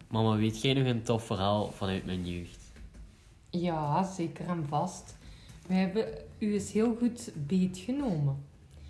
Mama, weet jij nog een tof verhaal vanuit mijn jeugd? Ja, zeker en vast. We hebben u eens heel goed beetgenomen.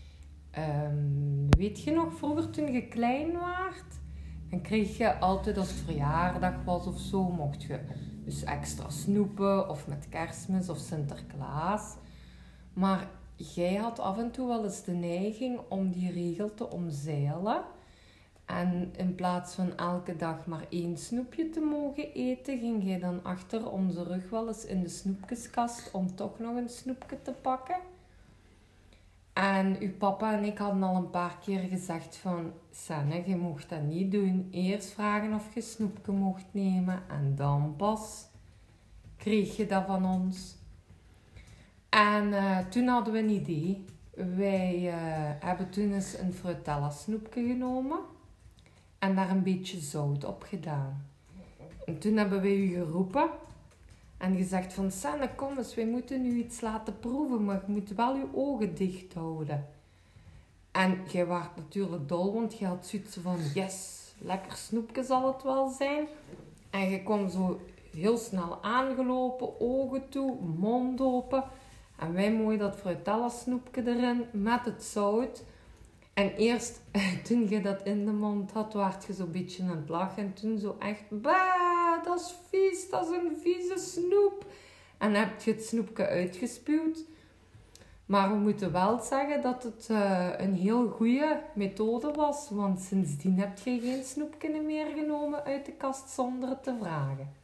Weet je nog, vroeger toen je klein waart, dan kreeg je altijd als het verjaardag was of zo, mocht je dus extra snoepen of met Kerstmis of Sinterklaas. Maar jij had af en toe wel eens de neiging om die regel te omzeilen. En in plaats van elke dag maar 1 snoepje te mogen eten, ging jij dan achter onze rug wel eens in de snoepjeskast om toch nog een snoepje te pakken. En uw papa en ik hadden al een paar keer gezegd van... Sanne, je mocht dat niet doen. Eerst vragen of je snoepje mocht nemen en dan pas kreeg je dat van ons. En toen hadden we een idee. Wij hebben toen eens een Fruitella snoepje genomen en daar een beetje zout op gedaan. En toen hebben wij u geroepen en gezegd van... Sanne, kom eens, wij moeten nu iets laten proeven, maar je moet wel je ogen dicht houden. En jij was natuurlijk dol, want je had zoiets van... Yes, lekker snoepje zal het wel zijn. En je kwam zo heel snel aangelopen, ogen toe, mond open. En wij mooi dat Fruitella snoepje erin met het zout. En eerst, toen je dat in de mond had, werd je zo'n beetje aan het lachen. En toen zo echt, bah, dat is vies, dat is een vieze snoep. En heb je het snoepje uitgespuwd. Maar we moeten wel zeggen dat het een heel goede methode was. Want sindsdien heb je geen snoepje meer genomen uit de kast zonder het te vragen.